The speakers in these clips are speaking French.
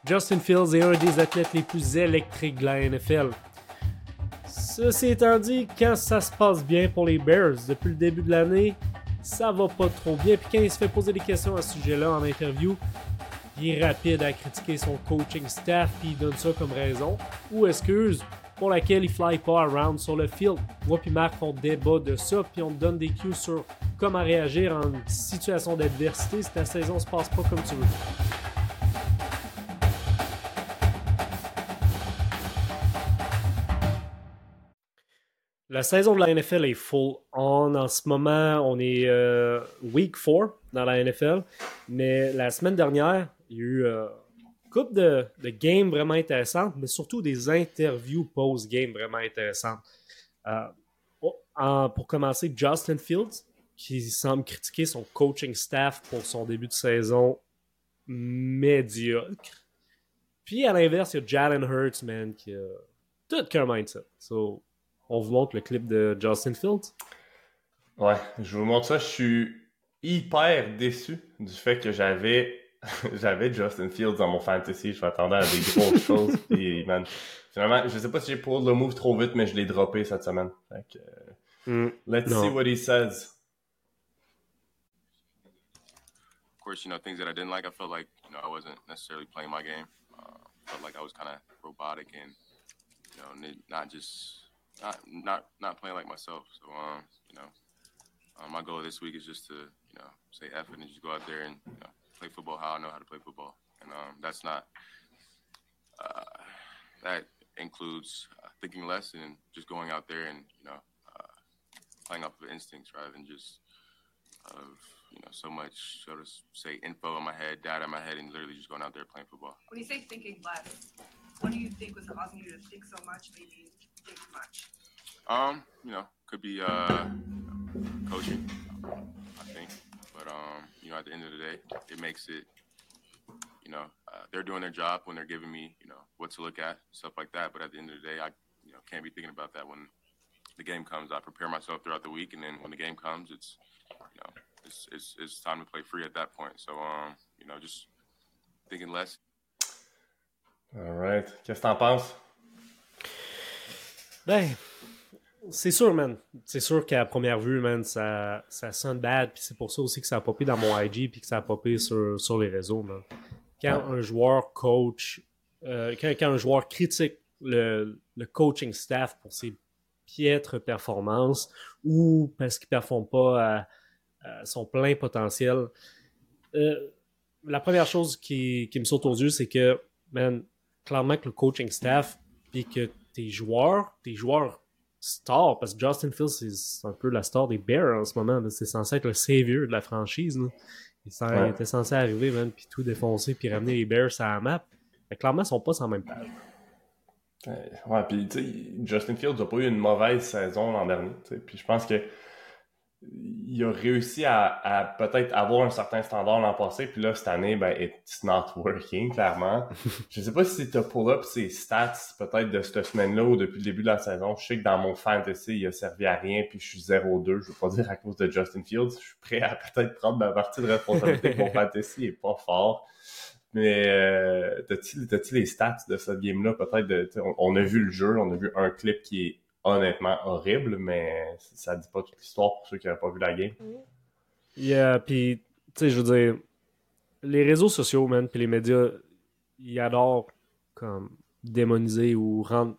Justin Fields est un des athlètes les plus électriques de la NFL. Ceci étant dit, quand ça se passe bien pour les Bears depuis le début de l'année, ça va pas trop bien. Puis quand il se fait poser des questions à ce sujet-là en interview, il est rapide à critiquer son coaching staff puis il donne ça comme raison ou excuse pour laquelle il fly pas around sur le field. Moi puis Marc, on débat de ça puis on te donne des cues sur comment réagir en situation d'adversité si ta saison se passe pas comme tu veux. La saison de la NFL est full on. En ce moment, on est week 4 dans la NFL. Mais la semaine dernière, il y a eu une couple de games vraiment intéressantes, mais surtout des interviews post-game vraiment intéressantes. Pour commencer, Justin Fields, qui semble critiquer son coaching staff pour son début de saison médiocre. Puis à l'inverse, il y a Jalen Hurts, man, qui a tout qu'un mindset. So, on vous montre le clip de Justin Fields. Ouais, je vous montre ça. Je suis hyper déçu du fait que j'avais Justin Fields dans mon fantasy. Je m'attendais à des grosses choses. Et man, finalement, je sais pas si j'ai pulled le move trop vite, mais je l'ai droppé cette semaine. Fait que, let's see what he says. Of course, things that I didn't like, I felt like, I wasn't necessarily playing my game. Felt like I was kind of robotic and, not playing like myself. So, my goal this week is just to, say F it and just go out there and, play football how I know how to play football. And that's not, that includes thinking less and just going out there and, playing off of instincts rather than just so much, so to say, info in my head, data in my head, and literally just going out there playing football. When you say thinking less, what do you think was causing you to think so much, maybe think too much? Could be coaching, I think. But at the end of the day, it makes it, they're doing their job when they're giving me, what to look at, stuff like that. But at the end of the day, I, can't be thinking about that when the game comes. I prepare myself throughout the week, and then when the game comes, it's, it's time to play free at that point. So, just thinking less. All right. Qu'est-ce que t'en penses? Ben, c'est sûr, man. C'est sûr qu'à première vue, man, ça sonne bad. Puis c'est pour ça aussi que ça a popé dans mon IG puis que ça a popé sur les réseaux, man. Quand un joueur coach, quand un joueur critique le coaching staff pour ses piètres performances ou parce qu'il ne performe pas à son plein potentiel, la première chose qui me saute aux yeux, c'est que, man, clairement que le coaching staff puis que tes joueurs stars, parce que Justin Fields, c'est un peu la star des Bears en ce moment. Là. C'est censé être le savior de la franchise. Là. Il était censé arriver, man, puis tout défoncer, puis ramener les Bears à la map. Mais clairement, ils sont pas sur la même page. Ouais, puis tu sais, Justin Fields n'a pas eu une mauvaise saison l'an dernier. Puis je pense que il a réussi à peut-être avoir un certain standard l'an passé, puis là, cette année, ben, it's not working, clairement. Je sais pas si t'as pull up ses stats, peut-être de cette semaine-là ou depuis le début de la saison. Je sais que dans mon fantasy, il a servi à rien, puis je suis 0-2. Je veux pas dire à cause de Justin Fields. Je suis prêt à peut-être prendre ma partie de responsabilité que mon fantasy est pas fort. Mais t'as-tu les stats de cette game-là? Peut-être, on a vu le jeu, on a vu un clip qui est honnêtement horrible, mais ça dit pas toute l'histoire pour ceux qui n'avaient pas vu la game. Yeah, puis, tu sais, je veux dire, les réseaux sociaux, man, puis les médias, ils adorent comme démoniser ou rendre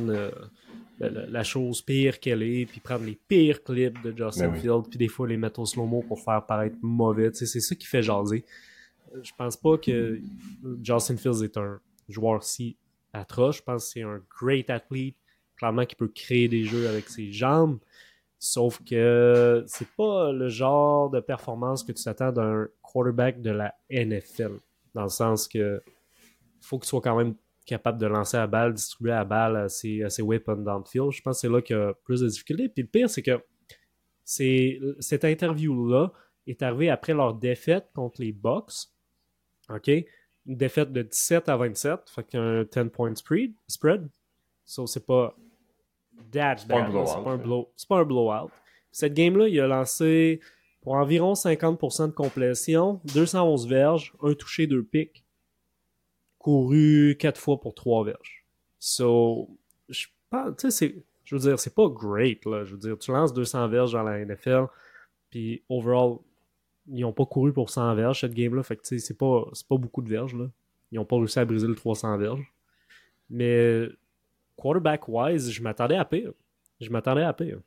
la chose pire qu'elle est, puis prendre les pires clips de Justin Fields, puis des fois les mettre au slow-mo pour faire paraître mauvais. Tu sais, c'est ça qui fait jaser. Je pense pas que Justin Fields est un joueur si atroce. Je pense que c'est un great athlete, clairement qui peut créer des jeux avec ses jambes, sauf que c'est pas le genre de performance que tu t'attends d'un quarterback de la NFL, dans le sens que faut qu'il soit quand même capable de lancer la balle, distribuer la balle à ses weapons downfield. Je pense que c'est là qu'il y a plus de difficultés. Puis le pire, c'est que cette interview-là est arrivée après leur défaite contre les Bucks. OK? Une défaite de 17-27, fait qu'il y a un 10-point spread. So, c'est pas that bad. C'est pas un blowout. Cette game-là, il a lancé pour environ 50% de complétion, 211 verges, un touché, 2 picks. couru 4 fois pour 3 verges. So, je pense, tu sais, je veux dire, c'est pas great, là. Je veux dire, tu lances 200 verges dans la NFL, puis overall, ils ont pas couru pour 100 verges, cette game-là. Fait que, tu sais, c'est pas beaucoup de verges, là. Ils ont pas réussi à briser le 300 verges. Mais, quarterback-wise, je m'attendais à pire. Je m'attendais à pire.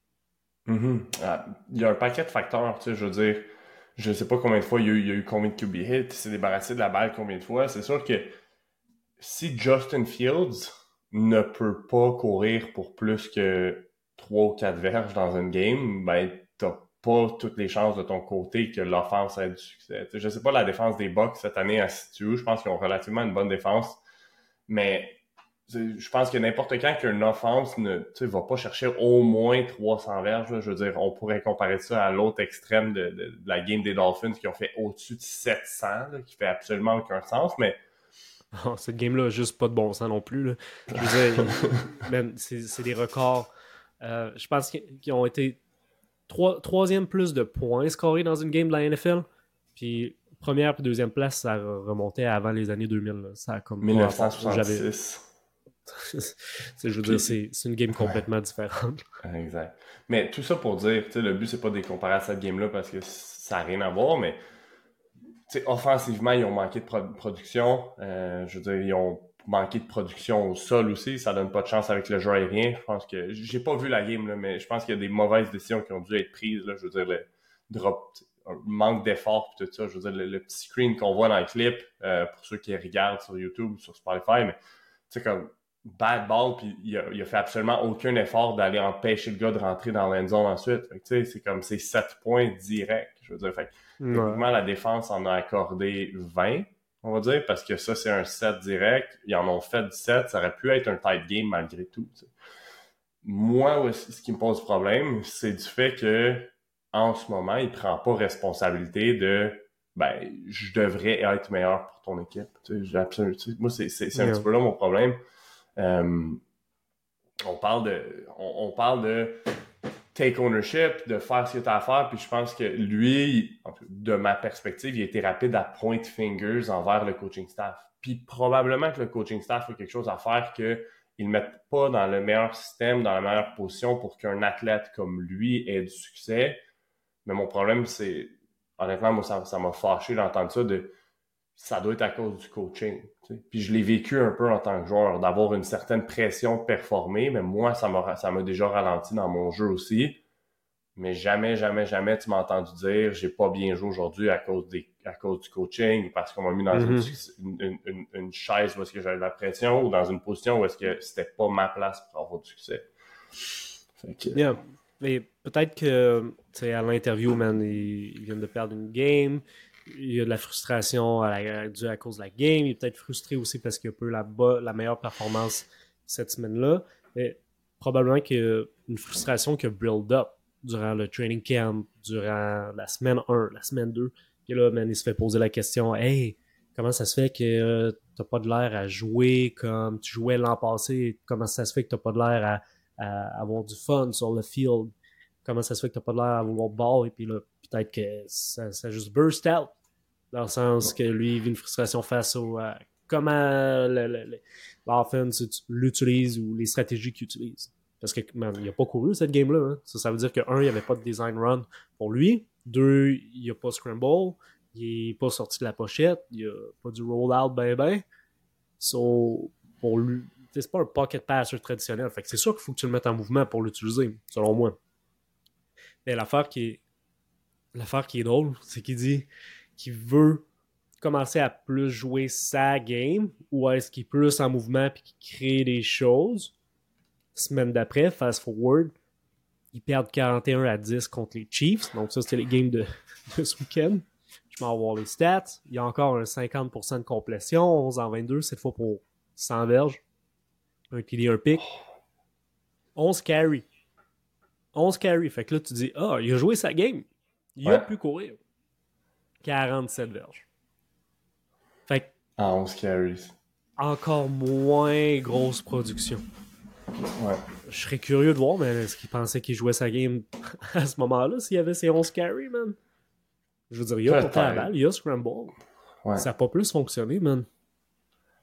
Il y a un paquet de facteurs, tu sais, je veux dire, je sais pas combien de fois il y a eu combien de QB hits, il s'est débarrassé de la balle combien de fois. C'est sûr que si Justin Fields ne peut pas courir pour plus que 3 ou 4 verges dans une game, ben t'as pas toutes les chances de ton côté que l'offense ait du succès. Tu sais, je sais pas la défense des Bucs cette année à situe, je pense qu'ils ont relativement une bonne défense, mais je pense que n'importe quand qu'une offense ne va pas chercher au moins 300 verges, là, je veux dire, on pourrait comparer ça à l'autre extrême de la game des Dolphins qui ont fait au-dessus de 700, là, qui fait absolument aucun sens, mais Oh, cette game-là a juste pas de bon sens non plus, là. Je veux dire, man, c'est des records. Je pense qu'ils ont été troisième plus de points scorés dans une game de la NFL. Puis première et deuxième place, ça remontait avant les années 2000. Là. Ça a comme 1966. Je veux dire, c'est une game complètement différente. Exact. Mais tout ça pour dire, tu sais, le but, c'est pas de les comparer à cette game-là parce que ça n'a rien à voir, mais tu sais, offensivement, ils ont manqué de production. Je veux dire, ils ont manqué de production au sol aussi. Ça donne pas de chance avec le jeu aérien. Je pense que j'ai pas vu la game, là, mais je pense qu'il y a des mauvaises décisions qui ont dû être prises. Là. Je veux dire, le drop, un manque d'effort et tout ça. Je veux dire, le petit screen qu'on voit dans le clip, pour ceux qui regardent sur YouTube, sur Spotify, mais tu sais, comme bad ball, puis il a fait absolument aucun effort d'aller empêcher le gars de rentrer dans l'end zone ensuite. Fait que, tu sais, c'est comme c'est 7 points directs. Je veux dire, fait techniquement, la défense en a accordé 20, on va dire, parce que ça, c'est un 7 direct. Ils en ont fait 17. Ça aurait pu être un tight game malgré tout. T'sais. Moi, ce qui me pose problème, c'est du fait que en ce moment, il prend pas responsabilité de je devrais être meilleur pour ton équipe. Moi, c'est un petit peu là mon problème. On parle de take ownership, de faire ce que tu as à faire, puis je pense que lui, de ma perspective, il a été rapide à point fingers envers le coaching staff. Puis probablement que le coaching staff a quelque chose à faire qu'ils ne mettent pas dans le meilleur système, dans la meilleure position pour qu'un athlète comme lui ait du succès. Mais mon problème, c'est, honnêtement, moi, ça m'a fâché d'entendre ça, ça doit être à cause du coaching. Tu sais. Puis je l'ai vécu un peu en tant que joueur, d'avoir une certaine pression de performer, mais moi, ça m'a déjà ralenti dans mon jeu aussi. Mais jamais tu m'as entendu dire j'ai pas bien joué aujourd'hui à cause du coaching, parce qu'on m'a mis dans une chaise où est-ce que j'avais de la pression, ou dans une position où est-ce que c'était pas ma place pour avoir du succès. Fait que... Yeah. Mais peut-être que, tu sais, à l'interview, man, ils viennent de perdre une game. Il y a de la frustration due à cause de la game. Il est peut-être frustré aussi parce qu'il y a peu la meilleure performance cette semaine-là. Mais probablement qu'il y a une frustration qui a build up durant le training camp, durant la semaine 1, la semaine 2. Et là, man, il se fait poser la question « Hey, comment ça se fait que t'as pas de l'air à jouer comme tu jouais l'an passé? Comment ça se fait que t'as pas de l'air à avoir du fun sur le field? Comment ça se fait que t'as pas de l'air à vouloir ball? » Et puis là, peut-être que ça juste burst out. Dans le sens que lui, il vit une frustration face au comment l'offense l'utilise ou les stratégies qu'il utilise. Parce que, man, il n'a pas couru cette game-là. Hein. Ça veut dire que, un, il n'y avait pas de design run pour lui. Deux, il n'a pas scramble. Il n'est pas sorti de la pochette. Il n'a pas du roll-out ben. So, pour lui, c'est pas un pocket passer traditionnel. Fait que c'est sûr qu'il faut que tu le mettes en mouvement pour l'utiliser, selon moi. Mais l'affaire qui est drôle, c'est qu'il dit qu'il veut commencer à plus jouer sa game, ou est-ce qu'il est plus en mouvement et qu'il crée des choses. Semaine d'après, fast forward, ils perdent 41-10 contre les Chiefs. Donc ça, c'était les games de ce week-end. Je vais avoir les stats. Il y a encore un 50% de complétion, 11 en 22, cette fois pour 100 verges. Un TD, un pick. 11 carry. Fait que là, tu dis, il a joué sa game. Il a pu courir. 47 verges. Fait que... 11 carries. Encore moins grosse production. Ouais. Je serais curieux de voir, mais est-ce qu'il pensait qu'il jouait sa game à ce moment-là, s'il y avait ses 11 carries, man? Je veux dire, il a porté la balle, il a scramble. Ouais. Ça n'a pas plus fonctionné, man.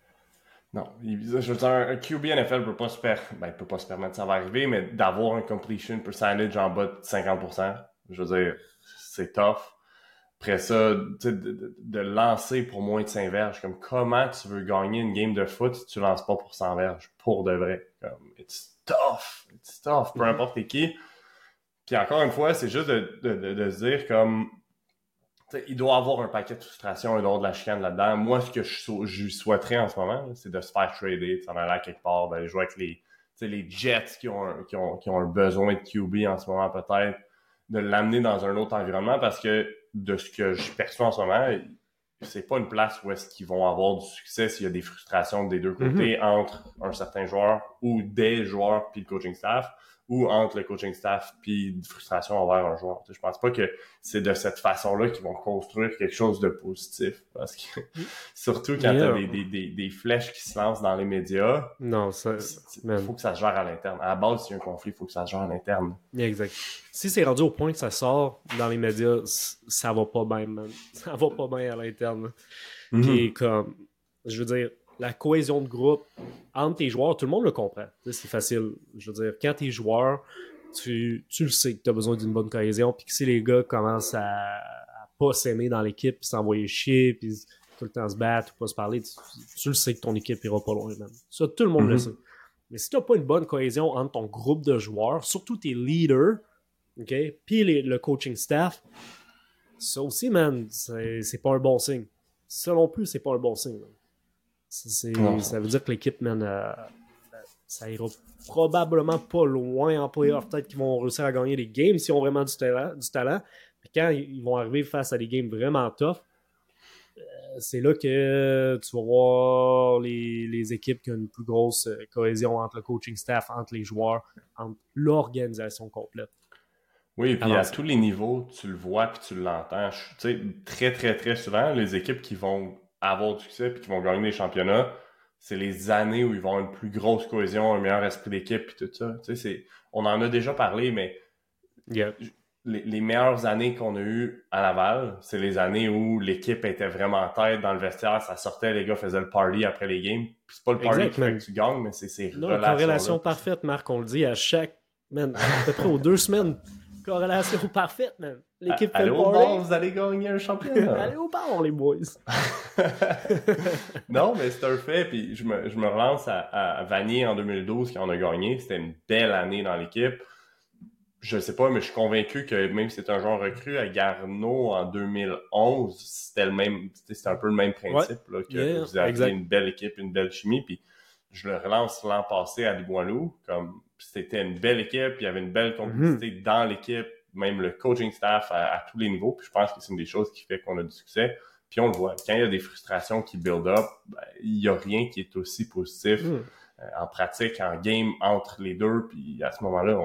Non. Je veux dire, un QB NFL peut pas peut pas se permettre, ça va arriver, mais d'avoir un completion percentage en bas de 50%, je veux dire, c'est tough. Après ça, de lancer pour moins de 5 verges, comme comment tu veux gagner une game de foot si tu lances pas pour 100 verges, pour de vrai. Comme, it's tough, peu importe qui. Puis encore une fois, c'est juste de se dire comme, il doit avoir un paquet de frustration et de la chicane là-dedans. Moi, ce que je souhaiterais en ce moment, là, c'est de se faire trader, s'en aller à quelque part, d'aller jouer avec les Jets qui ont un besoin de QB en ce moment peut-être, de l'amener dans un autre environnement parce que de ce que je perçois en ce moment, c'est pas une place où est-ce qu'ils vont avoir du succès s'il y a des frustrations des deux côtés entre un certain joueur ou des joueurs puis le coaching staff ou entre le coaching staff puis une frustration envers un joueur. Je pense pas que c'est de cette façon-là qu'ils vont construire quelque chose de positif parce que surtout quand t'as des flèches qui se lancent dans les médias, non, il faut que ça se gère à l'interne. À la base, s'il y a un conflit, il faut que ça se gère à l'interne. Exact. Si c'est rendu au point que ça sort dans les médias, ça va pas bien, man. Ça va pas bien à l'interne. Puis comme, je veux dire, la cohésion de groupe entre tes joueurs, tout le monde le comprend. C'est facile. Je veux dire, quand t'es joueur, tu le sais que t'as besoin d'une bonne cohésion, puis que si les gars commencent à pas s'aimer dans l'équipe, puis s'envoyer chier, puis tout le temps se battre ou pas se parler, tu le sais que ton équipe ira pas loin, man. Ça, tout le monde le sait. Mais si t'as pas une bonne cohésion entre ton groupe de joueurs, surtout tes leaders, OK, puis le coaching staff, ça aussi, man, c'est pas un bon signe. Ça non plus, c'est pas un bon signe. Ça veut dire que l'équipe, man, ça ira probablement pas loin en playoff. Peut-être qu'ils vont réussir à gagner des games s'ils ont vraiment du talent. Mais quand ils vont arriver face à des games vraiment tough, c'est là que tu vas voir les équipes qui ont une plus grosse cohésion entre le coaching staff, entre les joueurs, entre l'organisation complète. Oui, puis à tous les niveaux, tu le vois puis tu l'entends. Tu sais, très, très, très souvent, les équipes qui vont avoir du succès puis qui vont gagner des championnats, c'est les années où ils vont avoir une plus grosse cohésion, un meilleur esprit d'équipe puis tout ça. Tu sais, on en a déjà parlé, mais les meilleures années qu'on a eues à Laval, c'est les années où l'équipe était vraiment en tête dans le vestiaire, ça sortait, les gars faisaient le party après les games. Puis c'est pas le party qui fait que tu gagnes, mais c'est ces relations-là. Corrélation parfaite, Marc, on le dit à chaque... Man, à peu près aux 2 semaines... Corrélation parfaite, man. L'équipe fait allez le au party. bar, vous allez gagner un championnat. Allez au bar, les boys. Non, mais c'est un fait. Puis je me relance à Vanier en 2012 quand on a gagné. C'était une belle année dans l'équipe. Je sais pas, mais je suis convaincu que même si c'est un joueur recru à Garneau en 2011, c'était un peu le même principe là, que vous avez une belle équipe, une belle chimie. Puis je le relance l'an passé à Limoilou, comme c'était une belle équipe, il y avait une belle complicité dans l'équipe, même le coaching staff à tous les niveaux. Puis je pense que c'est une des choses qui fait qu'on a du succès. Puis on le voit, quand il y a des frustrations qui build up, il n'y a rien qui est aussi positif en pratique, en game entre les deux. Puis à ce moment-là,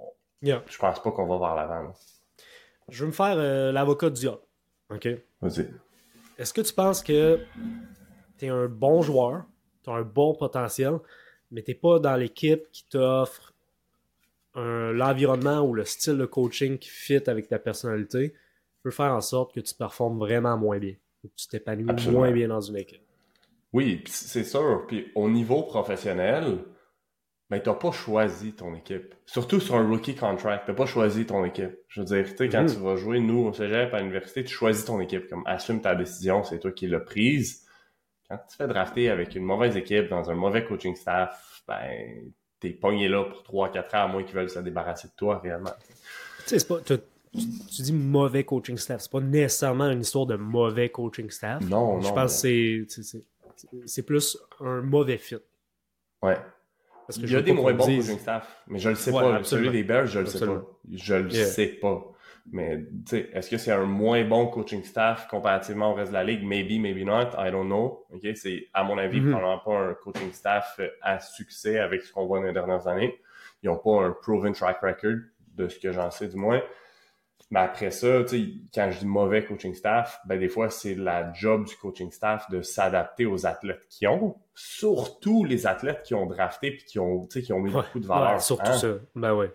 je pense pas qu'on va vers l'avant. Là. Je veux me faire l'avocat du diable. OK? Vas-y. Est-ce que tu penses que tu es un bon joueur, tu as un bon potentiel, mais tu n'es pas dans l'équipe qui t'offre l'environnement ou le style de coaching qui fit avec ta personnalité peut faire en sorte que tu performes vraiment moins bien, que tu t'épanouis moins bien dans une équipe? Oui, c'est sûr. Puis au niveau professionnel, ben t'as pas choisi ton équipe. Surtout sur un rookie contract, t'as pas choisi ton équipe. Je veux dire, tu sais, quand tu vas jouer, nous, au cégep, à l'université, tu choisis ton équipe. Comme, assume ta décision, c'est toi qui l'as prise. Quand tu te fais drafter avec une mauvaise équipe, dans un mauvais coaching staff, ben, t'es pogné là pour 3-4 ans, à moins qu'ils veulent se débarrasser de toi, réellement. Tu sais, c'est pas... Tu dis mauvais coaching staff. C'est pas nécessairement une histoire de mauvais coaching staff. Non. Je pense que c'est plus un mauvais fit. Ouais. Parce que il y a des moins bons coaching staff, mais je le sais pas. Celui des Bears, je le sais pas. Je le sais pas. Mais, tu sais, est-ce que c'est un moins bon coaching staff comparativement au reste de la ligue? Maybe, maybe not. I don't know. OK? C'est, à mon avis, probablement pas un coaching staff à succès avec ce qu'on voit dans les dernières années. Ils ont pas un proven track record, de ce que j'en sais du moins. Mais après ça, tu sais, quand je dis mauvais coaching staff, ben des fois, c'est la job du coaching staff de s'adapter aux athlètes qu'ils ont. Surtout les athlètes qui ont drafté puis qui ont mis beaucoup de valeur. Ouais, surtout ça. Ben ouais.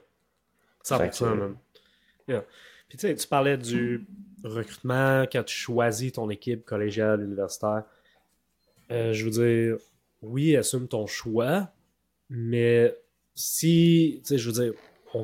100% même. Yeah. Puis tu sais, tu parlais du recrutement quand tu choisis ton équipe collégiale, universitaire. Je veux dire, oui, assume ton choix, mais si, tu sais, je veux dire,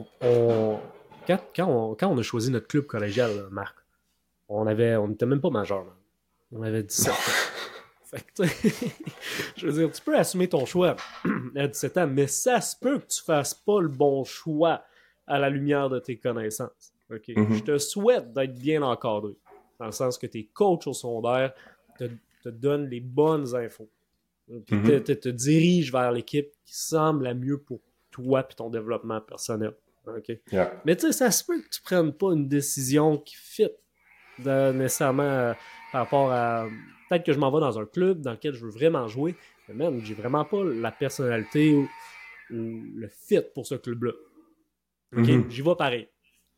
quand on a choisi notre club collégial, là, Marc, on n'était même pas majeur, man. On avait 17 ans. Fait que, tu sais, je veux dire, tu peux assumer ton choix à 17 ans, mais ça se peut que tu fasses pas le bon choix à la lumière de tes connaissances. OK? Je te souhaite d'être bien encadré, dans le sens que tes coachs au secondaire te donnent les bonnes infos. Puis te dirigent vers l'équipe qui semble la mieux pour toi et ton développement personnel. OK? Yeah. Mais tu sais, ça se peut que tu prennes pas une décision qui fit nécessairement par rapport à... Peut-être que je m'en vais dans un club dans lequel je veux vraiment jouer, mais man, j'ai vraiment pas la personnalité ou le fit pour ce club-là. OK? J'y vais pareil.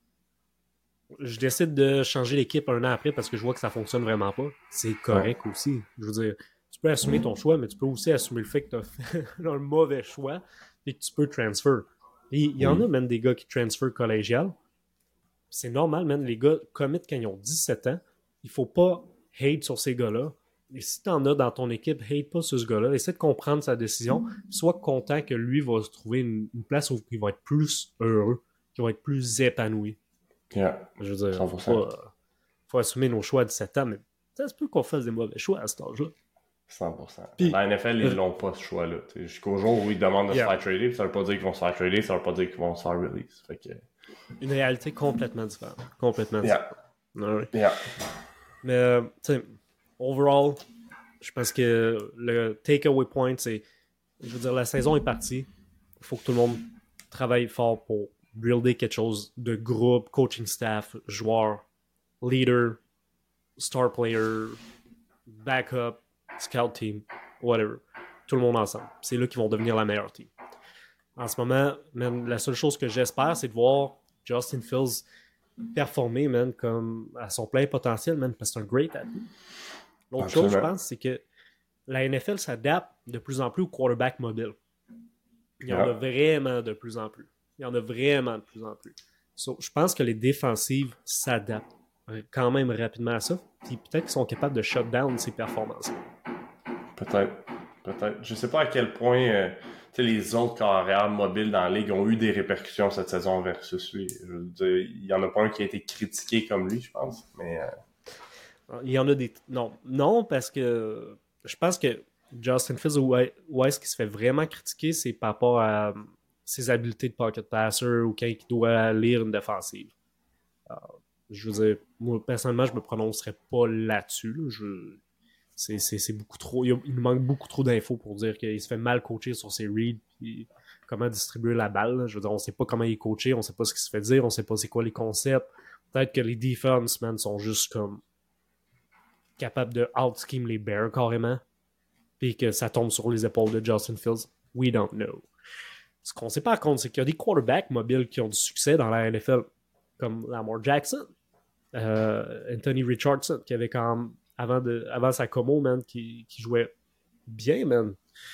Je décide de changer l'équipe un an après parce que je vois que ça fonctionne vraiment pas. C'est correct aussi. Je veux dire, tu peux assumer ton choix, mais tu peux aussi assumer le fait que tu as fait un mauvais choix et que tu peux transfer. Il y en a même des gars qui transfèrent collégial. C'est normal, man. Les gars commit quand ils ont 17 ans. Il faut pas hate sur ces gars-là. Et si t'en as dans ton équipe, hate pas sur ce gars-là. Essaie de comprendre sa décision. Sois content que lui va se trouver une place où il va être plus heureux, qu'il va être plus épanoui. Yeah. Je veux dire, 100%. faut assumer nos choix à 17 ans, mais ça se peut qu'on fasse des mauvais choix à cet âge-là. 100%. Puis, la NFL, ils n'ont pas ce choix-là. Jusqu'au jour où ils demandent de se faire trader, ça veut pas dire qu'ils vont se faire trader, ça veut pas dire qu'ils vont se faire release. Fait que... Une réalité complètement différente. Complètement différente. Ouais. Yeah. Mais, tu sais, overall, je pense que le takeaway point, c'est, je veux dire, la saison est partie. Il faut que tout le monde travaille fort pour builder quelque chose de groupe, coaching staff, joueurs, leader, star player, backup, scout team, whatever. Tout le monde ensemble. C'est là qu'ils vont devenir la meilleure team. En ce moment, man, la seule chose que j'espère, c'est de voir Justin Fields performer, man, comme à son plein potentiel, man, parce que c'est un great athlete. L'autre chose, je pense, c'est que la NFL s'adapte de plus en plus au quarterback mobile. Il y en a vraiment de plus en plus. Il y en a vraiment de plus en plus. So, je pense que les défensives s'adaptent quand même rapidement à ça. Puis peut-être qu'ils sont capables de shut down ces performances. Peut-être. Je sais pas à quel point les autres carrières mobiles dans la ligue ont eu des répercussions cette saison versus lui. Je veux dire, il y en a pas un qui a été critiqué comme lui, je pense. Mais il y en a des... Non, parce que je pense que Justin Fields, où est-ce qu'il se fait vraiment critiquer, c'est par rapport à ses habiletés de pocket passer ou quand il doit lire une défensive. Je veux dire, moi, personnellement, je me prononcerais pas là-dessus. Là. C'est beaucoup trop... Il nous manque beaucoup trop d'infos pour dire qu'il se fait mal coacher sur ses reads puis comment distribuer la balle. Là. Je veux dire, on sait pas comment il est coaché, on sait pas ce qu'il se fait dire, on sait pas c'est quoi les concepts. Peut-être que les defense, man, sont juste comme capables de out-scheme les Bears carrément puis que ça tombe sur les épaules de Justin Fields. We don't know. Ce qu'on sait par contre, c'est qu'il y a des quarterbacks mobiles qui ont du succès dans la NFL, comme Lamar Jackson, Anthony Richardson, qui avait quand même, avant sa commo, man, qui jouait bien, man.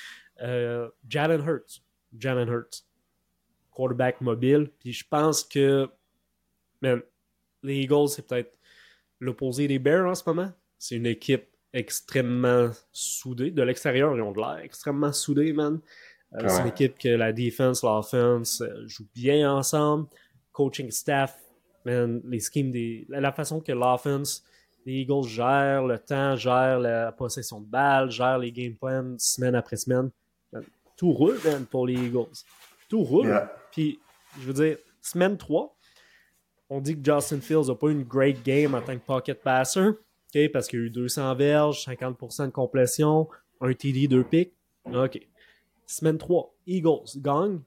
Jalen Hurts, quarterback mobile. Puis je pense que, man, les Eagles, c'est peut-être l'opposé des Bears en ce moment. C'est une équipe extrêmement soudée. De l'extérieur, ils ont de l'air extrêmement soudés, man. C'est une équipe que la defense, l'offense jouent bien ensemble. Coaching staff, man, les schemes la façon que l'offense, les Eagles gèrent le temps, gèrent la possession de balles, gèrent les game plans semaine après semaine. Man, tout roule, man, pour les Eagles. Tout roule. Yeah. Puis, je veux dire, semaine 3, on dit que Justin Fields n'a pas eu une great game en tant que pocket passer, okay, parce qu'il y a eu 200 verges, 50% de complétion, un TD, 2 picks. OK. Semaine 3, Eagles gagne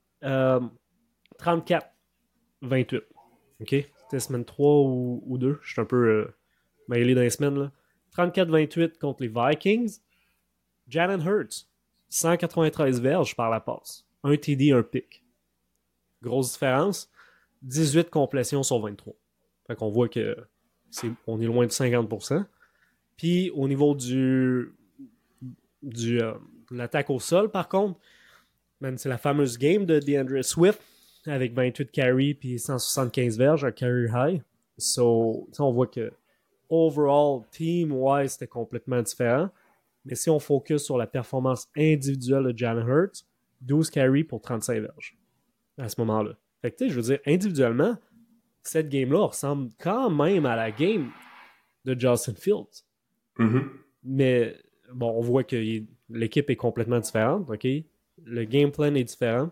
34-28. OK? C'était semaine 3 ou 2. Je suis un peu mêlé dans les semaines. Là. 34-28 contre les Vikings. Jalen Hurts, 193 verges par la passe. Un TD, un pick. Grosse différence. 18 complétions sur 23. Fait qu'on voit que on est loin de 50%. Puis au niveau de l'attaque au sol, par contre, man, c'est la fameuse game de DeAndre Swift avec 28 carries puis 175 verges, un carry high. So, on voit que overall, team-wise, c'était complètement différent. Mais si on focus sur la performance individuelle de Jalen Hurts, 12 carries pour 35 verges à ce moment-là. Fait que, tu sais, je veux dire, individuellement, cette game-là ressemble quand même à la game de Justin Fields. Mais, bon, on voit que l'équipe est complètement différente, OK? Le game plan est différent.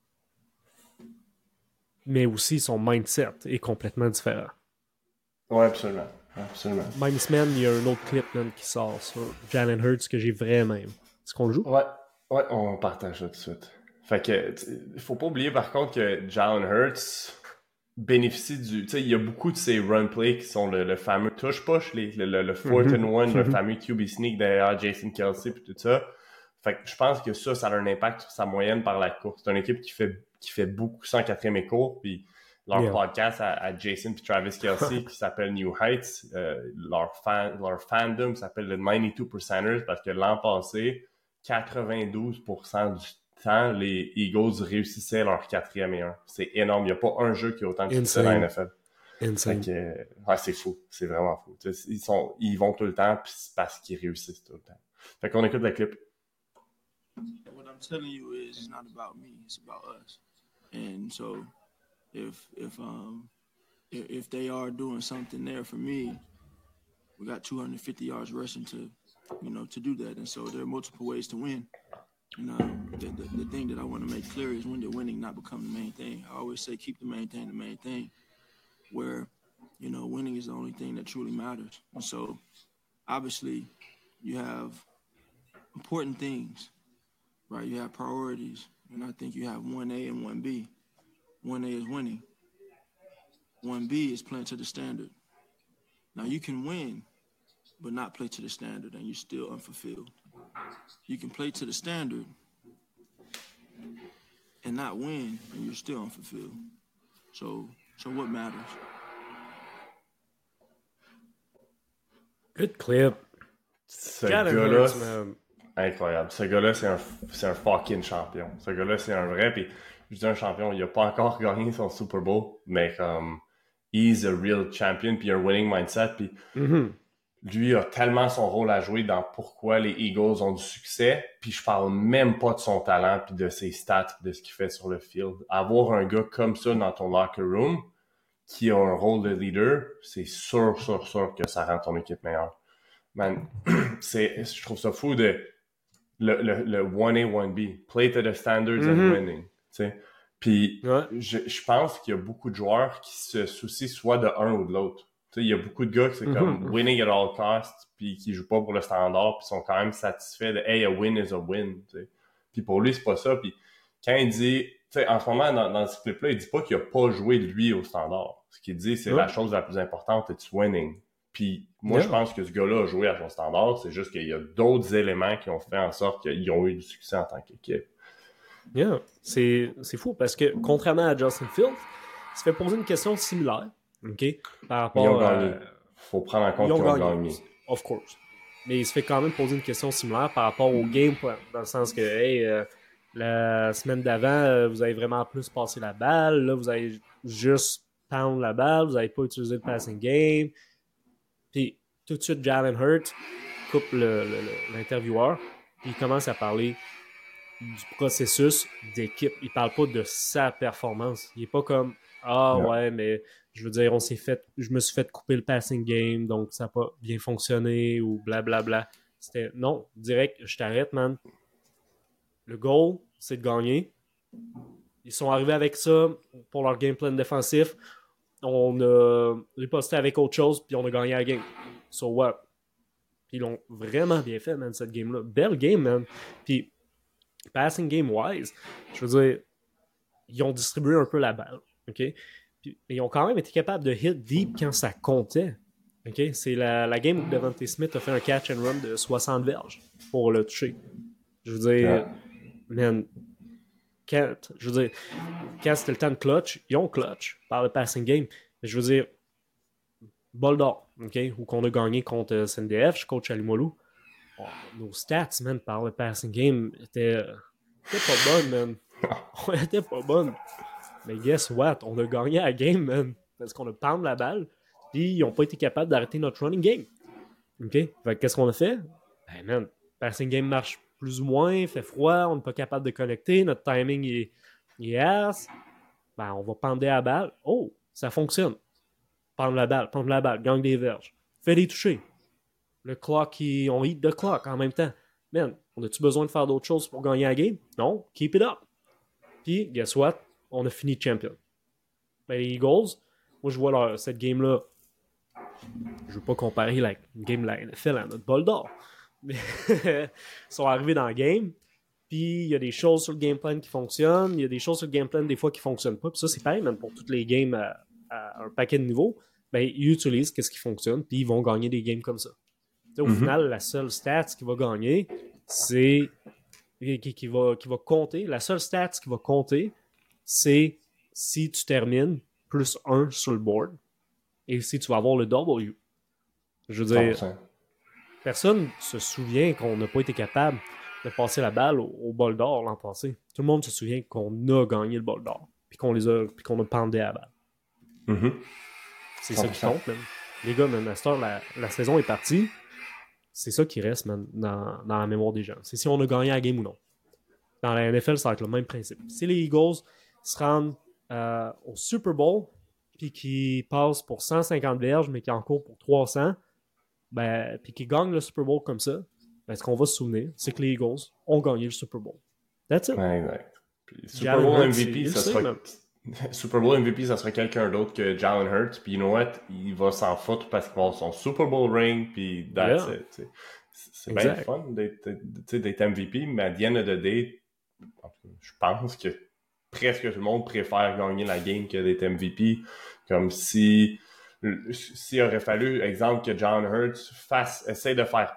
Mais aussi, son mindset est complètement différent. Ouais, absolument. Absolument. Même semaine, il y a un autre clip man, qui sort sur Jalen Hurts que j'ai vraiment aimé. Est-ce qu'on le joue? Ouais, on partage ça tout de suite. Fait que, faut pas oublier par contre que Jalen Hurts bénéficie du... Tu sais, il y a beaucoup de ces run plays qui sont le fameux touch-push, le 4th and 1, le fameux QB sneak derrière Jason Kelce puis tout ça. Fait que je pense que ça a un impact sur sa moyenne par la course. C'est une équipe qui fait beaucoup ça en 4e et court, puis leur podcast à Jason et Travis Kelce qui s'appelle New Heights, leur fandom s'appelle le 92%ers parce que l'an passé, 92% du temps, les Eagles réussissaient leur 4e et 1. C'est énorme. Il n'y a pas un jeu qui a autant de succès dans la NFL. Insane. C'est fou. C'est vraiment fou. Ils vont tout le temps parce qu'ils réussissent tout le temps. Fait qu'on écoute le clip. What I'm telling you is it's not about me, it's about us. And so if they are doing something there for me, we got 250 yards rushing to do that. And so there are multiple ways to win. And the thing that I want to make clear is when they're winning, not become the main thing. I always say keep the main thing, where, winning is the only thing that truly matters. And so obviously you have important things, right? You have priorities. And I think you have 1A and 1B. 1A is winning. 1B is playing to the standard. Now you can win, but not play to the standard, and you're still unfulfilled. You can play to the standard and not win, and you're still unfulfilled. So what matters? Good clip. Ce gars-là, incroyable. Ce gars-là, c'est un fucking champion. Ce gars-là, c'est un vrai. Puis je dis un champion, il a pas encore gagné son Super Bowl, mais comme he's a real champion, puis il a un winning mindset, puis lui a tellement son rôle à jouer dans pourquoi les Eagles ont du succès, puis je parle même pas de son talent, puis de ses stats, puis de ce qu'il fait sur le field. Avoir un gars comme ça dans ton locker room, qui a un rôle de leader, c'est sûr que ça rend ton équipe meilleure. Man, je trouve ça fou de le 1A, 1B, play to the standards and winning, tu sais. Puis je pense qu'il y a beaucoup de joueurs qui se soucient soit de un ou de l'autre. Tu sais, il y a beaucoup de gars qui c'est comme winning at all costs, puis qui jouent pas pour le standard, puis sont quand même satisfaits de hey, a win is a win. Tu sais. Puis pour lui, c'est pas ça. Puis quand il dit, tu sais, en ce moment, dans ce clip-là, il dit pas qu'il a pas joué lui au standard. Ce qu'il dit, c'est la chose la plus importante, it's winning. Puis moi, je pense que ce gars-là a joué à son standard, c'est juste qu'il y a d'autres éléments qui ont fait en sorte qu'ils ont eu du succès en tant qu'équipe. Yeah. C'est fou parce que, contrairement à Justin Fields, il se fait poser une question similaire. OK? Par rapport ils ont gagné. Faut prendre en compte qu'ils ont gagné. Of course. Mais il se fait quand même poser une question similaire par rapport au game plan. Dans le sens que, hey, la semaine d'avant, vous avez vraiment plus passé la balle. Là, vous avez juste pound la balle. Vous n'avez pas utilisé le passing game. Puis, tout de suite, Jalen Hurts coupe l'intervieweur. Puis, il commence à parler du processus d'équipe. Il parle pas de sa performance. Il est pas comme ouais, mais je veux dire, je me suis fait couper le passing game, donc ça n'a pas bien fonctionné ou blablabla. C'était non, direct, je t'arrête, man. Le goal, c'est de gagner. Ils sont arrivés avec ça pour leur game plan défensif. On a riposté avec autre chose, puis on a gagné la game. So what? Puis ils l'ont vraiment bien fait, man, cette game-là. Belle game, man. Puis passing game-wise, je veux dire, ils ont distribué un peu la balle, OK? Puis, ils ont quand même été capables de hit deep quand ça comptait, OK? C'est la game où Devontae Smith a fait un catch and run de 60 verges pour le toucher. Je veux dire, man, quand c'était le temps de clutch, ils ont clutch par le passing game. Mais je veux dire, bol d'or, OK? Ou qu'on a gagné contre CNDF, je coach à Limoilou. Oh, nos stats, man, par le passing game étaient pas bonnes, man. On était pas bonnes. Mais guess what? On a gagné la game, man. Parce qu'on a pound la balle. Puis ils n'ont pas été capables d'arrêter notre running game. OK? Fait qu'est-ce qu'on a fait? Ben, man, passing game marche plus ou moins, il fait froid, on n'est pas capable de connecter, notre timing est ass, ben on va pendre la balle. Oh, ça fonctionne. Pendre la balle, gagne des verges. Fais des touchés. Le clock, on hit the clock en même temps. Man, on a-tu besoin de faire d'autres choses pour gagner la game? Non, keep it up. Puis, guess what? On a fini champion. Ben, les Eagles, moi je vois cette game-là, je veux pas comparer la game de la NFL à notre bol d'or, mais ils sont arrivés dans le game, puis il y a des choses sur le game plan qui fonctionnent, il y a des choses sur le game plan des fois qui fonctionnent pas, puis ça c'est pareil même pour toutes les games à un paquet de niveaux, ben ils utilisent ce qui fonctionne, puis ils vont gagner des games comme ça. Au final, la seule stat qui va gagner, c'est qui va compter, la seule stat qui va compter, c'est si tu termines plus 1 sur le board et si tu vas avoir le W. Je veux dire, 100%. Personne se souvient qu'on n'a pas été capable de passer la balle au bol d'or l'an passé. Tout le monde se souvient qu'on a gagné le bol d'or puis qu'on a pendé à la balle. Mm-hmm. C'est ça qui compte, même. Les gars, même à cette heure, la saison est partie. C'est ça qui reste, man, dans la mémoire des gens. C'est si on a gagné la game ou non. Dans la NFL, ça va être le même principe. Si les Eagles se rendent au Super Bowl puis qui passent pour 150 verges, mais qui en courent pour 300, ben, puis qui gagnent le Super Bowl comme ça, ben, ce qu'on va se souvenir, c'est que les Eagles ont gagné le Super Bowl. That's it. Ouais, exact. Puis Super Jalen Bowl Hurts, MVP, ça sera... Super Bowl MVP, ça serait quelqu'un d'autre que Jalen Hurts. Puis you know what? Il va s'en foutre parce qu'il va avoir son Super Bowl ring. Puis that's it. T'sais. C'est bien fun d'être MVP, mais à the end of the day, je pense que presque tout le monde préfère gagner la game que d'être MVP. Comme s'il aurait fallu, exemple, que Jalen Hurts essaie de faire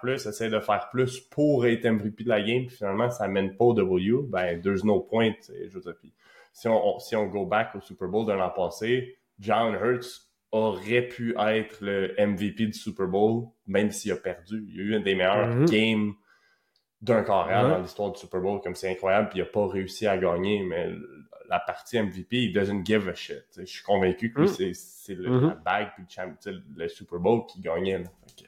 plus pour être MVP de la game, puis finalement, ça mène pas au W, ben, there's no point. Je veux dire, puis si on go back au Super Bowl de l'an passé, Jalen Hurts aurait pu être le MVP du Super Bowl, même s'il a perdu. Il y a eu une des meilleures games d'un carrière dans l'histoire du Super Bowl, comme c'est incroyable, puis il n'a pas réussi à gagner, mais la partie MVP, il doesn't give a shit. Je suis convaincu que lui, c'est la bague puis le Super Bowl qui gagnait.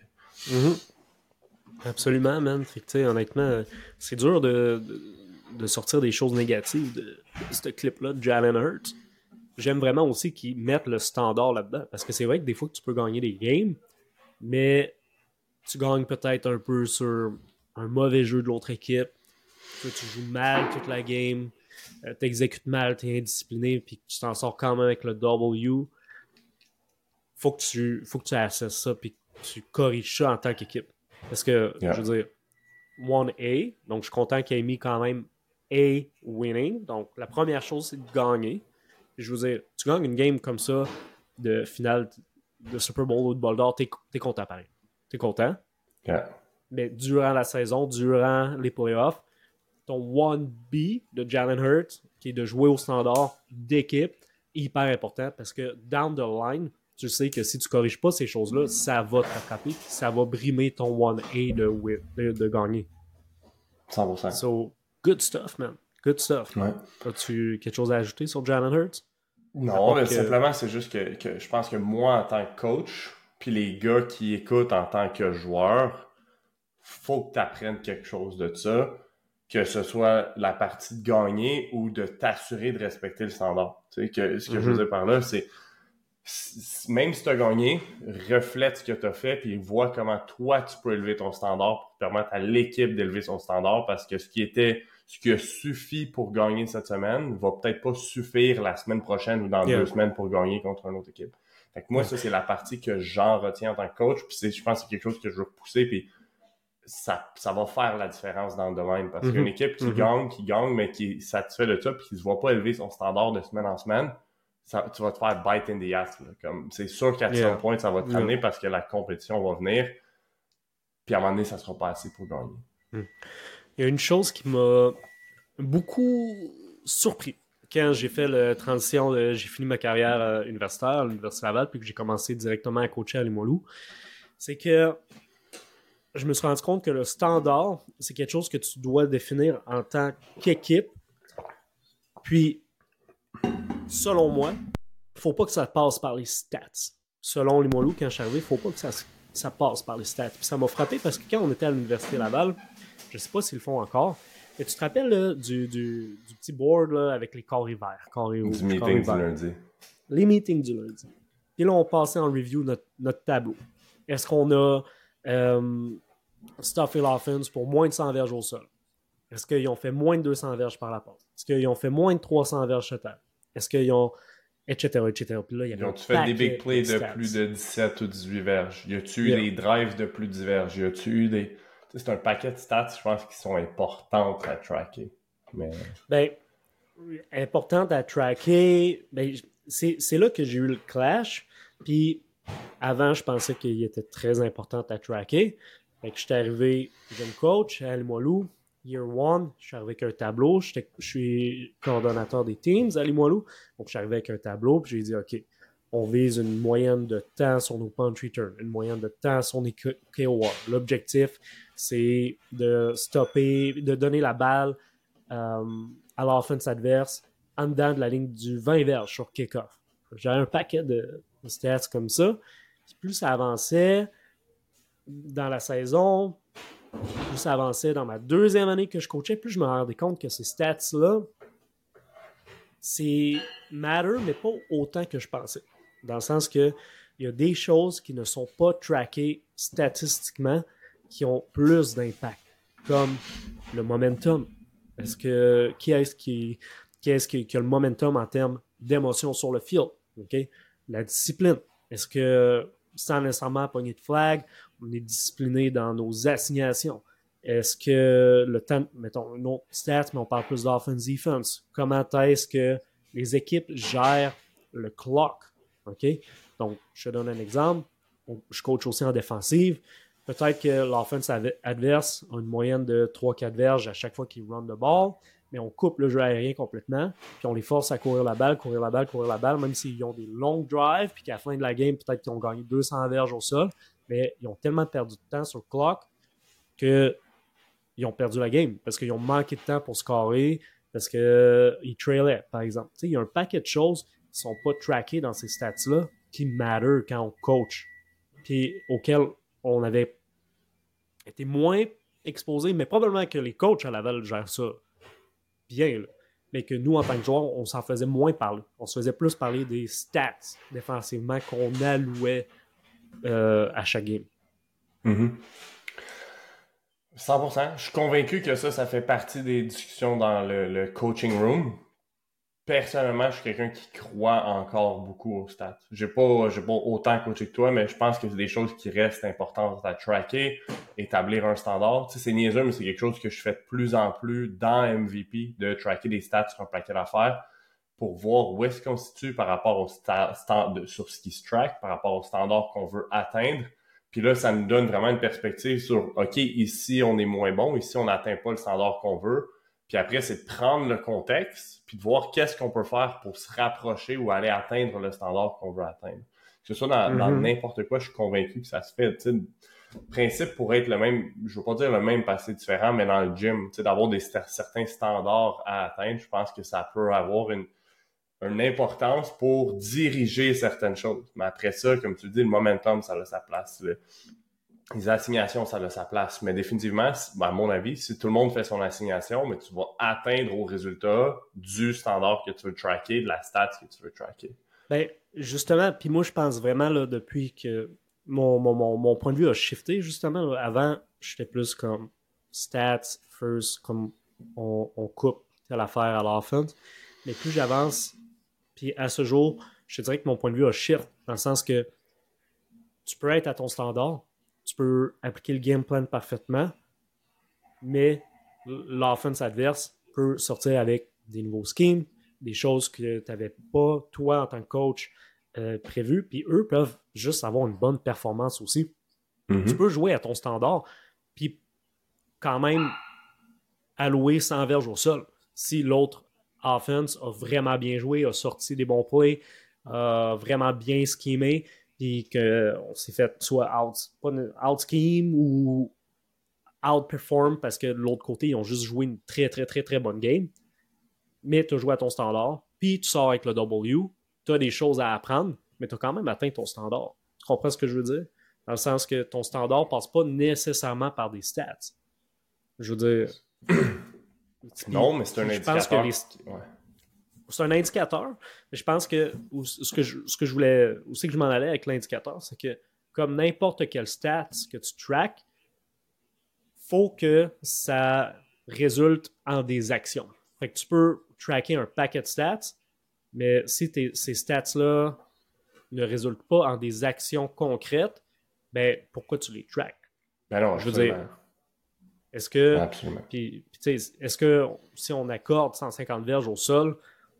Absolument, man. Fait que, honnêtement, c'est dur de sortir des choses négatives de ce clip-là de Jalen Hurts. J'aime vraiment aussi qu'ils mettent le standard là-dedans, parce que c'est vrai que des fois que tu peux gagner des games, mais tu gagnes peut-être un peu sur un mauvais jeu de l'autre équipe. Tu joues mal toute la game, t'exécutes mal, t'es indiscipliné, puis tu t'en sors quand même avec le W. Faut que tu assesses ça, puis que tu corriges ça en tant qu'équipe. Parce que, je veux dire, 1A, donc je suis content qu'il ait mis quand même A winning. Donc, la première chose, c'est de gagner. Puis, je veux dire, tu gagnes une game comme ça, de finale de Super Bowl ou de bol d'or, t'es content pareil. T'es content. Yeah. Mais durant la saison, durant les playoffs, ton 1B de Jalen Hurts, qui est de jouer au standard d'équipe, hyper important parce que down the line, tu sais que si tu corriges pas ces choses-là, ça va te rattraper, ça va brimer ton 1A de gagner. 100%. So, good stuff, man. Good stuff. Ouais. As-tu quelque chose à ajouter sur Jalen Hurts? Non, mais simplement, c'est juste que je pense que moi, en tant que coach, puis les gars qui écoutent en tant que joueur, faut que tu apprennes quelque chose de ça, que ce soit la partie de gagner ou de t'assurer de respecter le standard. Tu sais, ce que je veux dire par là, c'est même si tu as gagné, reflète ce que tu as fait puis vois comment toi tu peux élever ton standard pour permettre à l'équipe d'élever son standard, parce que ce qui a suffi pour gagner cette semaine va peut-être pas suffire la semaine prochaine ou dans 2 semaines pour gagner contre une autre équipe. Fait que moi, ça, c'est la partie que j'en retiens en tant que coach, puis je pense que c'est quelque chose que je veux repousser, puis ça va faire la différence dans le domaine, parce qu'une équipe qui gagne, mais qui est satisfait de ça, puis qui ne se voit pas élever son standard de semaine en semaine, tu vas te faire bite in the ass. Là. Comme, c'est sûr qu'à some point, ça va te ramener parce que la compétition va venir, puis à un moment donné, ça ne sera pas assez pour gagner. Il y a une chose qui m'a beaucoup surpris quand j'ai fait la transition, j'ai fini ma carrière universitaire à l'Université Laval, puis que j'ai commencé directement à coacher à Limoilou, c'est que je me suis rendu compte que le standard, c'est quelque chose que tu dois définir en tant qu'équipe. Puis, selon moi, il ne faut pas que ça passe par les stats. Selon Limoilou, quand je suis arrivé, il ne faut pas que ça passe par les stats. Puis ça m'a frappé parce que quand on était à l'Université Laval, Je sais pas s'ils le font encore. Mais tu te rappelles là, du petit board là, avec les carrés verts, carrés rouges, Du meeting du lundi. Les meetings du lundi. Puis là, on passait en review notre tableau. Est-ce qu'on a stuffé l'offense pour moins de 100 verges au sol? Est-ce qu'ils ont fait moins de 200 verges par la passe? Est-ce qu'ils ont fait moins de 300 verges total? Est-ce qu'ils ont... etc. Puis là, il y avait Ils ont-tu fait des big plays de plus de 17 ou 18 verges? Y a-tu eu des drives de plus de 10 verges? Y a-tu eu des... C'est un paquet de stats, je pense, qui sont importantes à tracker. Mais... Ben, importantes à tracker... Ben, c'est là que j'ai eu le clash. Puis avant, je pensais qu'il était très important à tracker. Fait que j'étais arrivé jeune coach à Limoilou, Year One, je suis arrivé avec un tableau. Je suis coordonnateur des teams à Limoilou. Donc, je suis arrivé avec un tableau. Puis j'ai dit, OK, on vise une moyenne de temps sur nos punt return, une moyenne de temps sur nos KOR. L'objectif, c'est de stopper, de donner la balle à l'offense adverse en dedans de la ligne du 20 verges sur kick-off. J'avais un paquet de stats comme ça. Puis plus ça avançait dans la saison, plus ça avançait dans ma deuxième année que je coachais, plus je me rendais compte que ces stats-là, c'est matter, mais pas autant que je pensais. Dans le sens que il y a des choses qui ne sont pas trackées statistiquement qui ont plus d'impact, comme le momentum. Qui est-ce qui a le momentum en termes d'émotion sur le field? Okay? La discipline. Est-ce que, sans nécessairement pogner de flag, on est discipliné dans nos assignations? Est-ce que le temps, mettons, une autre stat, mais on parle plus d'offense-defense. Comment est-ce que les équipes gèrent le clock? OK? Donc, je te donne un exemple. Je coach aussi en défensive. Peut-être que l'offense adverse a une moyenne de 3-4 verges à chaque fois qu'ils run the ball, mais on coupe le jeu aérien complètement, puis on les force à courir la balle, même s'ils ont des longs drives, puis qu'à la fin de la game, peut-être qu'ils ont gagné 200 verges au sol, mais ils ont tellement perdu de temps sur le clock qu'ils ont perdu la game, parce qu'ils ont manqué de temps pour scorer, parce qu'ils trailaient, par exemple. Il y a un paquet de choses qui ne sont pas trackées dans ces stats-là qui matter quand on coach, puis auxquelles on avait été moins exposé, mais probablement que les coachs à Laval gèrent ça bien, là. Mais que nous, en tant que joueurs, on s'en faisait moins parler. On se faisait plus parler des stats défensivement qu'on allouait à chaque game. 100%. Je suis convaincu que ça fait partie des discussions dans le coaching room. Personnellement, je suis quelqu'un qui croit encore beaucoup aux stats. J'ai pas autant coaché que toi, mais je pense que c'est des choses qui restent importantes à tracker, établir un standard. Tu sais, c'est niaiseux, mais c'est quelque chose que je fais de plus en plus dans MVP, de tracker des stats sur un paquet d'affaires pour voir où est-ce qu'on se situe par rapport au sur ce qui se track, par rapport au standard qu'on veut atteindre. Puis là, ça nous donne vraiment une perspective sur, OK, ici, on est moins bon, ici, on n'atteint pas le standard qu'on veut. Puis après, c'est de prendre le contexte, puis de voir qu'est-ce qu'on peut faire pour se rapprocher ou aller atteindre le standard qu'on veut atteindre. Que ce soit dans n'importe quoi, je suis convaincu que ça se fait. Le principe pourrait être le même, je veux pas dire le même parce que c'est différent, mais dans le gym, d'avoir certains standards à atteindre, je pense que ça peut avoir une importance pour diriger certaines choses. Mais après ça, comme tu dis, le momentum, ça a sa place. Les assignations, ça a sa place. Mais définitivement, à mon avis, si tout le monde fait son assignation, mais tu vas atteindre au résultat du standard que tu veux tracker, de la stat que tu veux tracker. Ben, justement, puis moi, je pense vraiment, là, depuis que mon point de vue a shifté, justement. Là, avant, j'étais plus comme stats first, comme on coupe telle affaire à l'offense. Mais plus j'avance, puis à ce jour, je te dirais que mon point de vue a shift, dans le sens que tu peux être à ton standard, tu peux appliquer le game plan parfaitement, mais l'offense adverse peut sortir avec des nouveaux schemes, des choses que tu n'avais pas, toi, en tant que coach, prévues, puis eux peuvent juste avoir une bonne performance aussi. Tu peux jouer à ton standard, puis quand même allouer 100 verges au sol. Si l'autre offense a vraiment bien joué, a sorti des bons plays, a vraiment bien schemé, puis qu'on s'est fait soit out-scheme ou out-perform parce que de l'autre côté, ils ont juste joué une très, très, très, très bonne game. Mais tu as joué à ton standard, puis tu sors avec le W, tu as des choses à apprendre, mais tu as quand même atteint ton standard. Tu comprends ce que je veux dire? Dans le sens que ton standard ne passe pas nécessairement par des stats. Je veux dire... Non, mais c'est un je pense que indicateur. Ouais. c'est un indicateur, mais je pense que ce que je voulais, où c'est que je m'en allais avec l'indicateur, c'est que comme n'importe quel stats que tu tracks, faut que ça résulte en des actions. Fait que tu peux tracker un paquet de stats, mais si ces stats-là ne résultent pas en des actions concrètes, ben pourquoi tu les tracks? Ben non, je veux dire, est-ce que, puis, est-ce que si on accorde 150 verges au sol,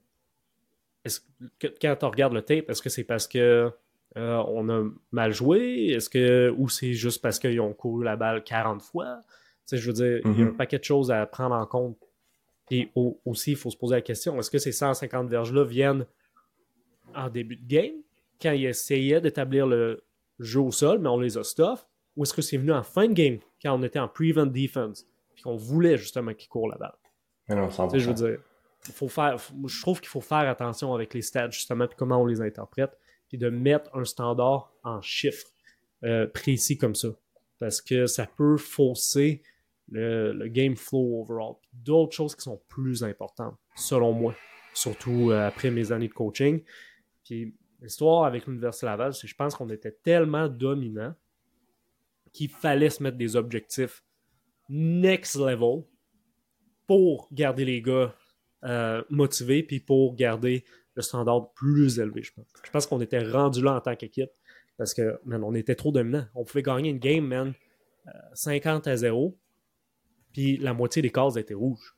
quand tu regardes le tape, est-ce que c'est parce que on a mal joué? Ou c'est juste parce qu'ils ont couru la balle 40 fois? Je veux dire, il y a un paquet de choses à prendre en compte. Et aussi, il faut se poser la question, est-ce que ces 150 verges-là viennent en début de game, quand ils essayaient d'établir le jeu au sol, mais on les a stuff, ou est-ce que c'est venu en fin de game, quand on était en prevent defense, puis qu'on voulait justement qu'ils courent la balle? Mais non, 100%. Je veux dire, je trouve qu'il faut faire attention avec les stats, justement, puis comment on les interprète, puis de mettre un standard en chiffres précis comme ça. Parce que ça peut fausser le game flow overall. Puis d'autres choses qui sont plus importantes, selon moi. Surtout après mes années de coaching. Puis l'histoire avec l'Université Laval, c'est que je pense qu'on était tellement dominants qu'il fallait se mettre des objectifs next level pour garder les gars motivés puis pour garder le standard plus élevé, je pense. Je pense qu'on était rendu là en tant qu'équipe parce que, man, on était trop dominants. On pouvait gagner une game, man, 50-0, puis la moitié des cases étaient rouges.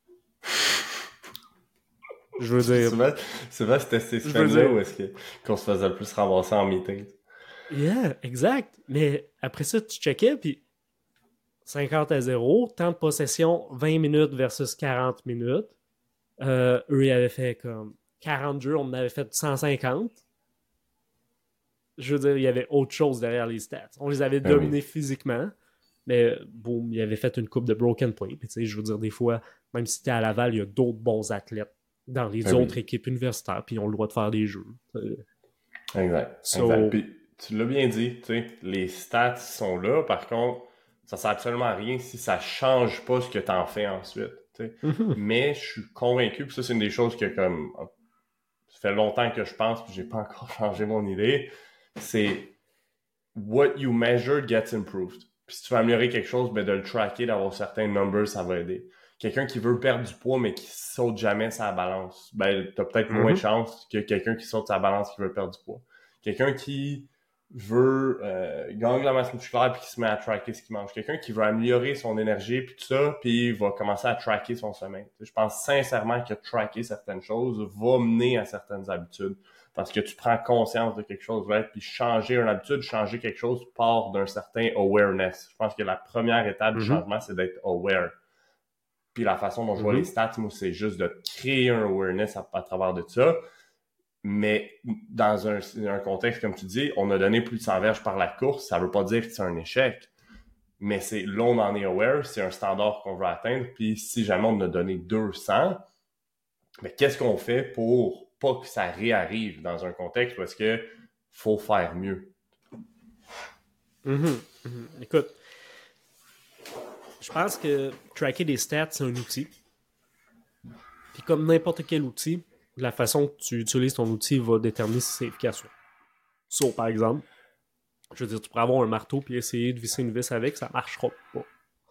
Je veux dire... Souvent c'était ces semaines-là où est-ce qu'on se faisait le plus ramasser en meeting. Yeah, exact. Mais après ça, tu checkais, puis 50-0, temps de possession 20 minutes versus 40 minutes. Eux, ils avaient fait comme 40 jeux, on en avait fait 150. Je veux dire, il y avait autre chose derrière les stats. On les avait dominés physiquement, mais boum, ils avaient fait une coupe de broken play. Puis tu sais, je veux dire, des fois, même si t'es à Laval, il y a d'autres bons athlètes dans les autres équipes universitaires, puis ils ont le droit de faire des jeux. Exact. Puis tu l'as bien dit, tu sais, les stats sont là, par contre, ça sert absolument à rien si ça change pas ce que tu en fais ensuite. Mais je suis convaincu, puis ça, c'est une des choses que comme ça fait longtemps que je pense, puis j'ai pas encore changé mon idée, c'est what you measure gets improved. Puis si tu veux améliorer quelque chose, ben de le tracker, d'avoir certains numbers, ça va aider. Quelqu'un qui veut perdre du poids, mais qui saute jamais sa balance, ben t'as peut-être moins de chance que quelqu'un qui saute sa balance qui veut perdre du poids. Quelqu'un qui veut gagner de la masse musculaire puis qui se met à tracker ce qu'il mange. Quelqu'un qui veut améliorer son énergie puis tout ça, puis va commencer à tracker son sommeil. Je pense sincèrement que tracker certaines choses va mener à certaines habitudes. Parce que tu prends conscience de quelque chose, right? Puis changer une habitude, changer quelque chose part d'un certain awareness. Je pense que la première étape du changement, c'est d'être aware. Puis la façon dont je vois les stats, moi, c'est juste de créer un awareness à travers de ça. Mais dans un contexte, comme tu dis, on a donné plus de 100 verges par la course. Ça veut pas dire que c'est un échec. Mais là, on en est aware. C'est un standard qu'on veut atteindre. Puis si jamais on a donné 200, mais qu'est-ce qu'on fait pour pas que ça réarrive dans un contexte où est-ce que faut faire mieux? Écoute, je pense que tracker des stats, c'est un outil. Puis comme n'importe quel outil, la façon que tu utilises ton outil va déterminer si c'est efficace ou non. Par exemple, je veux dire, tu pourrais avoir un marteau puis essayer de visser une vis avec, ça marchera pas.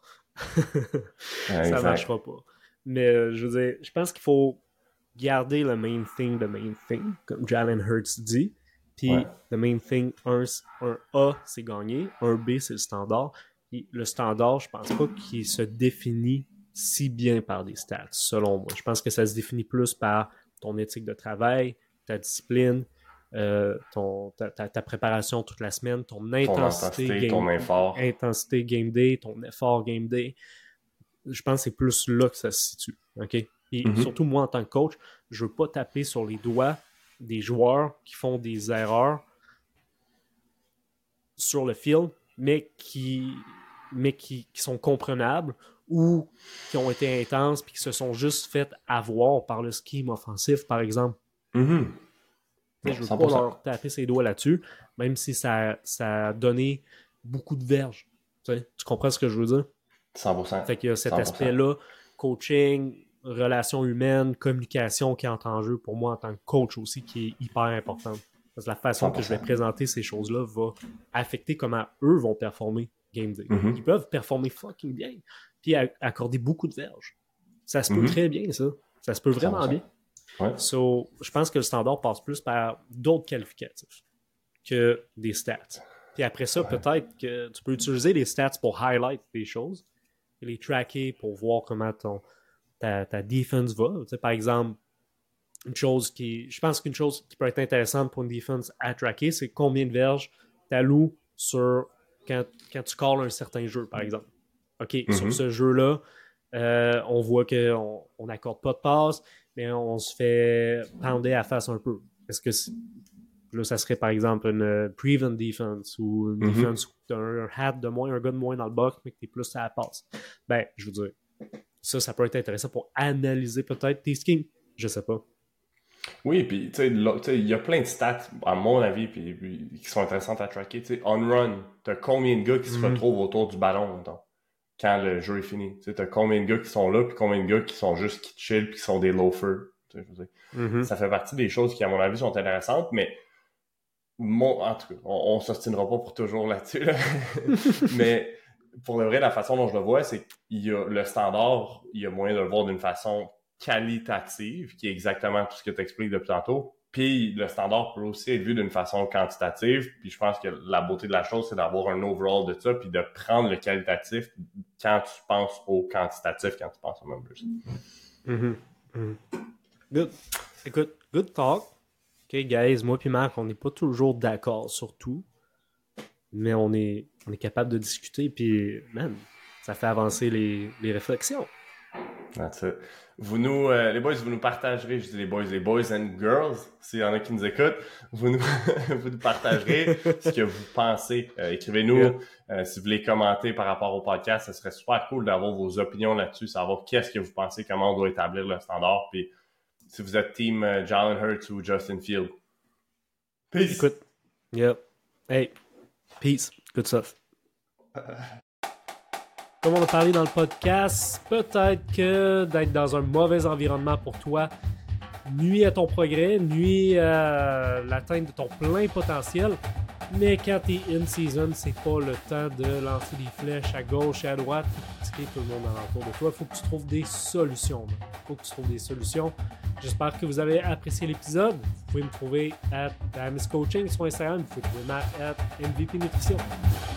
Ça marchera pas. Mais je veux dire, je pense qu'il faut garder le main thing, comme Jalen Hurts dit. Puis le main thing, un A, c'est gagner. Un B, c'est le standard. Et le standard, je pense pas qu'il se définit si bien par des stats, selon moi. Je pense que ça se définit plus par ton éthique de travail, ta discipline, ta préparation toute la semaine, ton intensité game day, ton effort game day. Je pense que c'est plus là que ça se situe. OK? Et surtout, moi, en tant que coach, je veux pas taper sur les doigts des joueurs qui font des erreurs sur le field, mais qui sont comprenables ou qui ont été intenses puis qui se sont juste fait avoir par le scheme offensif, par exemple. Je veux pas leur taper ses doigts là-dessus, même si ça a donné beaucoup de verges. Tu comprends ce que je veux dire? 100%. Fait qu'il y a cet 100%. aspect-là, coaching, relations humaines, communication qui entre en jeu pour moi en tant que coach aussi, qui est hyper importante. Parce que la façon 100%. que je vais présenter ces choses-là va affecter comment eux vont performer game day. Mhm. Ils peuvent performer fucking bien, puis accorder beaucoup de verges. Ça se peut très bien, ça. Ça se peut vraiment 100%. bien. Ouais. So, je pense que le standard passe plus par d'autres qualificatifs que des stats. Puis après ça, peut-être que tu peux utiliser les stats pour highlight des choses et les tracker pour voir comment ta defense va. Tu sais, par exemple, je pense qu'une chose qui peut être intéressante pour une defense à tracker, c'est combien de verges tu alloues sur quand tu calls un certain jeu, par exemple. OK, sur ce jeu-là, on voit qu'on n'accorde pas de passe, mais on se fait pounder à face un peu. Est-ce que là, ça serait par exemple une prevent defense ou une defense où tu as un hat de moins, un gars de moins dans le box, mais que tu es plus à la passe? Ben, je veux dire, ça peut être intéressant pour analyser peut-être tes schemes. Je sais pas. Oui, puis tu sais, il y a plein de stats, à mon avis, puis qui sont intéressantes à tracker. Tu sais, on run, t'as combien de gars qui se retrouvent autour du ballon, mettons, quand le jeu est fini? Tu sais, t'as combien de gars qui sont là, puis combien de gars qui sont juste, qui chill, puis qui sont des loafers. Tu sais, je veux dire. Ça fait partie des choses qui, à mon avis, sont intéressantes, mais en tout cas, on s'ostinera pas pour toujours là-dessus, là. Mais pour le vrai, la façon dont je le vois, c'est qu'il y a le standard, il y a moyen de le voir d'une façon qualitative, qui est exactement tout ce que tu expliques depuis tantôt. Puis le standard peut aussi être vu d'une façon quantitative. Puis je pense que la beauté de la chose, c'est d'avoir un overall de ça, puis de prendre le qualitatif quand tu penses au quantitatif, quand tu penses au numbers. Good. Écoute, good talk. OK, guys, moi puis Marc, on n'est pas toujours d'accord sur tout, mais on est capable de discuter, puis, man, ça fait avancer les réflexions. That's it. Les boys, vous nous partagerez, je dis les boys and girls, s'il y en a qui nous écoutent, vous nous partagerez ce que vous pensez. Écrivez-nous si vous voulez commenter par rapport au podcast, ce serait super cool d'avoir vos opinions là-dessus, savoir qu'est-ce que vous pensez, comment on doit établir le standard, puis si vous êtes team Jalen Hurts ou Justin Fields. Peace! Écoute, hey, peace, good stuff. Comme on a parlé dans le podcast, peut-être que d'être dans un mauvais environnement pour toi nuit à ton progrès, nuit à l'atteinte de ton plein potentiel. Mais quand tu es in-season, c'est pas le temps de lancer des flèches à gauche et à droite et critiquer tout le monde alentour de toi. Il faut que tu trouves des solutions. J'espère que vous avez apprécié l'épisode. Vous pouvez me trouver à Miss Coaching sur Instagram. Vous pouvez trouver Matt à MVP Nutrition.